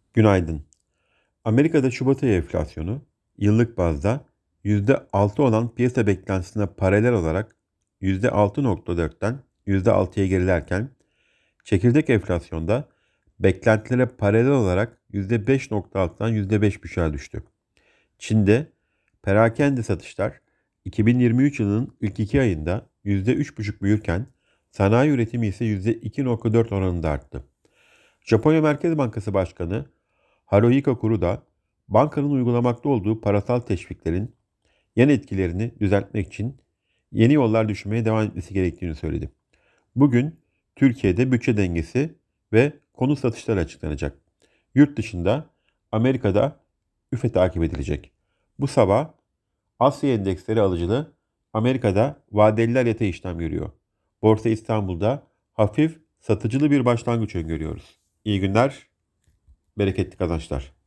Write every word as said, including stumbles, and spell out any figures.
Günaydın. Amerika'da Şubat ayı enflasyonu yıllık bazda yüzde altı olan piyasa beklentisine paralel olarak yüzde altı nokta dörtten yüzde altıya gerilerken çekirdek enflasyonda beklentilere paralel olarak yüzde beş nokta altıdan yüzde beş buçuğa düştü. Çin'de perakende satışlar iki bin yirmi üç yılının ilk iki ayında yüzde üç buçuk büyürken sanayi üretimi ise yüzde iki nokta dört oranında arttı. Japonya Merkez Bankası Başkanı Haruhiko Kuroda, bankanın uygulamakta olduğu parasal teşviklerin yan etkilerini düzeltmek için yeni yollar düşünmeye devam etmesi gerektiğini söyledi. Bugün Türkiye'de bütçe dengesi ve konut satışları açıklanacak. Yurt dışında Amerika'da üfe takip edilecek. Bu sabah Asya endeksleri alıcılı, Amerika'da vadeliler yatay işlem görüyor. Borsa İstanbul'da hafif satıcılı bir başlangıç öngörüyoruz. İyi günler, bereketli kazançlar.